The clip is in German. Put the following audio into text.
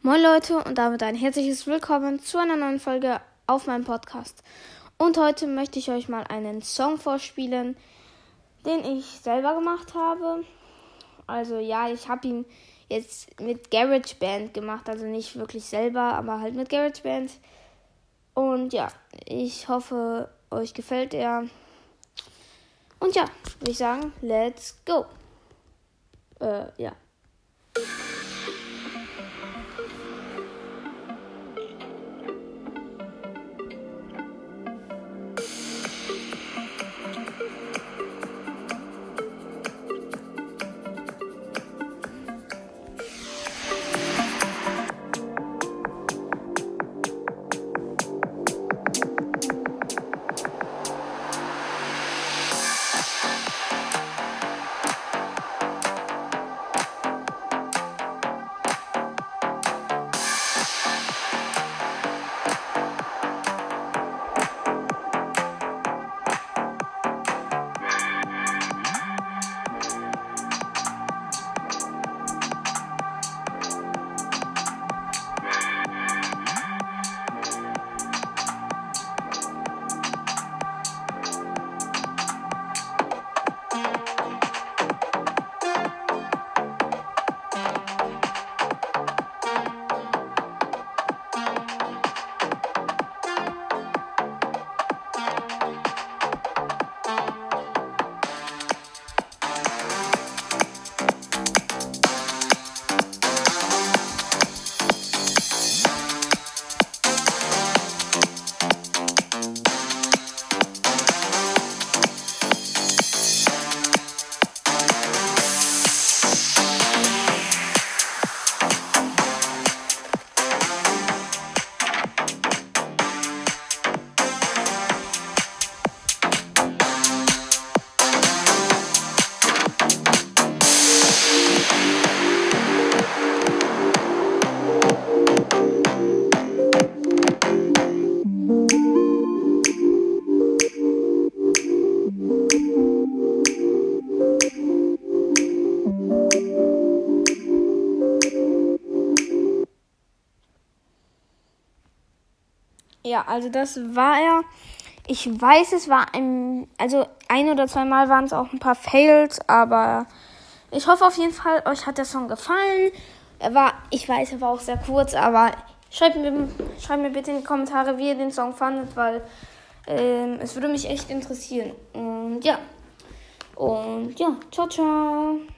Moin Leute und damit ein herzliches Willkommen zu einer neuen Folge auf meinem Podcast. Und heute möchte ich euch mal einen Song vorspielen, den ich selber gemacht habe. Also ja, ich habe ihn jetzt mit GarageBand gemacht, also nicht wirklich selber, aber halt mit GarageBand. Und ja, ich hoffe, euch gefällt er. Und ja, würde ich sagen, let's go. Ja. Ja, also das war er. Ich weiß, es war ein oder zweimal waren es auch ein paar Fails, aber ich hoffe auf jeden Fall, euch hat der Song gefallen. Ich weiß, er war auch sehr kurz, aber schreibt mir bitte in die Kommentare, wie ihr den Song fandet, weil es würde mich echt interessieren. Und ja, ciao, ciao.